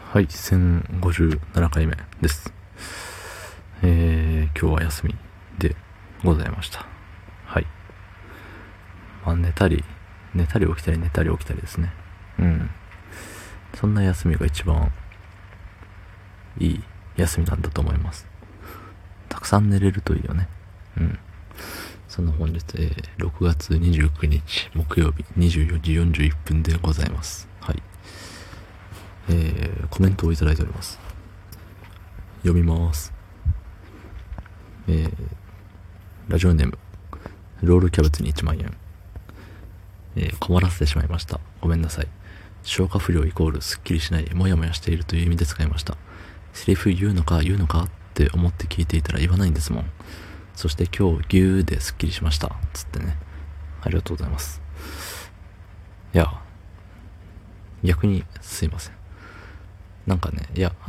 はい、1057回目です。今日は休みでございました。はい。寝たり起きたりですね。そんな休みが一番いい休みなんだと思います。たくさん寝れるといいよね。その本日、6月29日木曜日24時41分でございます。はい。コメントをいただいております。読みます。ラジオネームロールキャベツに1万円。困らせてしまいました。ごめんなさい。消化不良イコールすっきりしない、もやもやしているという意味で使いました。セリフ言うのかって思って聞いていたら言わないんですもん。そして今日ギューですっきりしましたつってね。ありがとうございます。いや、逆にすいません。なんかね、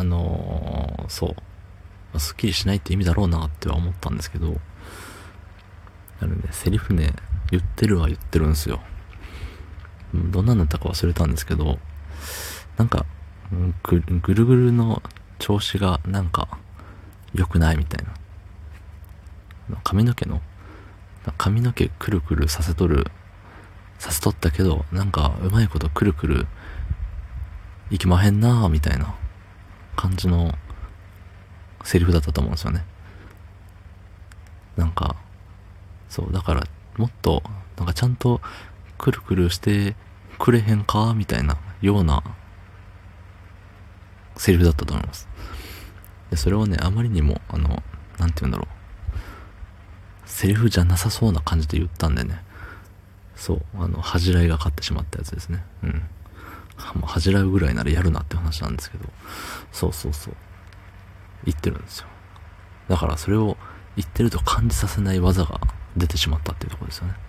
すっきりしないって意味だろうなっては思ったんですけど、セリフね、言ってるんですよ。どんなんだったか忘れたんですけど、なんか、ぐるぐるの調子がなんか良くないみたいな。髪の毛くるくるさせとったけど、なんかうまいことくるくるいきまへんなーみたいな感じのセリフだったと思うんですよね。なんか、そうだからもっとなんかちゃんとくるくるしてくれへんかみたいなようなセリフだったと思います。でそれをね、あまりにもなんて言うんだろう、セリフじゃなさそうな感じで言ったんでね、そう恥じらいが勝ってしまったやつですね。恥じらうぐらいならやるなって話なんですけど、そう言ってるんですよ。だからそれを言ってると感じさせない技が出てしまったっていうところですよね。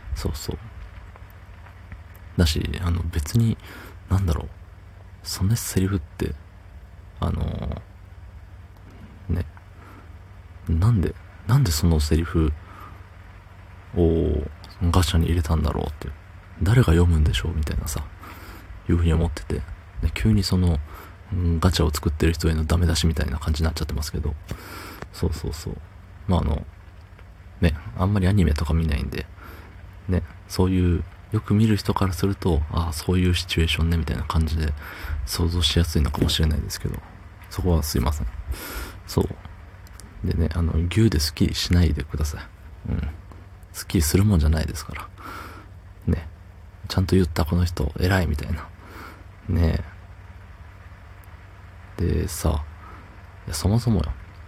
だし、別になんだろう、そんなセリフってね、なんでそのセリフをガチャに入れたんだろうって、誰が読むんでしょうみたいなさ、いうふうに思ってて、で急にそのガチャを作ってる人へのダメ出しみたいな感じになっちゃってますけど、あんまりアニメとか見ないんでね、そういうよく見る人からすると、そういうシチュエーションねみたいな感じで想像しやすいのかもしれないですけど、そこはすいません。でね、ギューですっきりしないでください。すっきりするもんじゃないですからね。ちゃんと言ったこの人偉いみたいなね。でさ、そもそも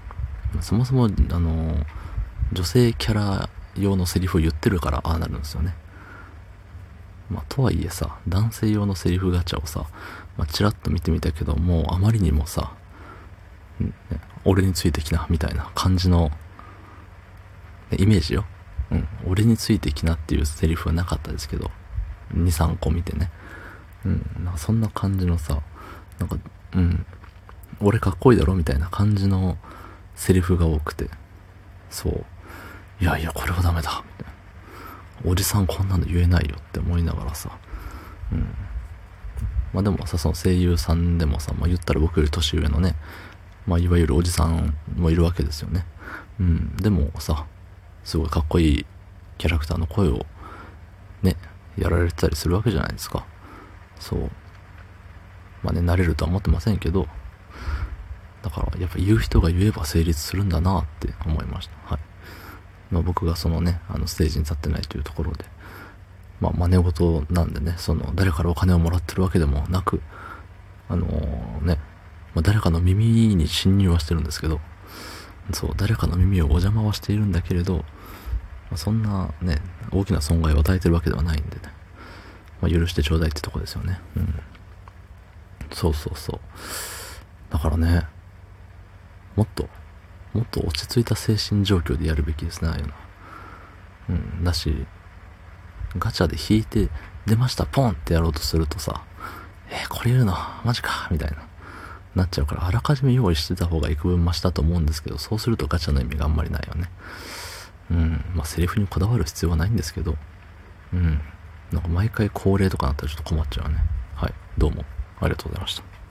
女性キャラ用のセリフを言ってるからああなるんですよね。とはいえさ、男性用のセリフガチャをさ、チラッと見てみたけど、もうあまりにもさ、俺についてきなみたいな感じのイメージよ。俺についてきなっていうセリフはなかったですけど、2、3個見てね。なんかそんな感じのさ、なんか、俺かっこいいだろみたいな感じのセリフが多くて、いやこれはダメだみたいな、おじさんこんなの言えないよって思いながらさ、でもさ、その声優さんでもさ、言ったら僕より年上のね、いわゆるおじさんもいるわけですよね。でもさ、すごいかっこいいキャラクターの声をね、やられてたりするわけじゃないですか。慣れるとは思ってませんけど、だからやっぱ言う人が言えば成立するんだなって思いました。はい。僕がそのね、ステージに立ってないというところで、真似事なんでね、誰からお金をもらってるわけでもなく、誰かの耳に侵入はしてるんですけど、誰かの耳をお邪魔はしているんだけれど、そんなね、大きな損害を与えてるわけではないんでね、許してちょうだいってとこですよね。だからね、もっと落ち着いた精神状況でやるべきですね、ああいうの。だし、ガチャで引いて出ましたポンってやろうとするとさ、これ言うのマジかみたいなっちゃうから、あらかじめ用意してた方が幾分増したと思うんですけど、そうするとガチャの意味があんまりないよね。セリフにこだわる必要はないんですけど、なんか毎回恒例とかなったらちょっと困っちゃうね。はい、どうもありがとうございました。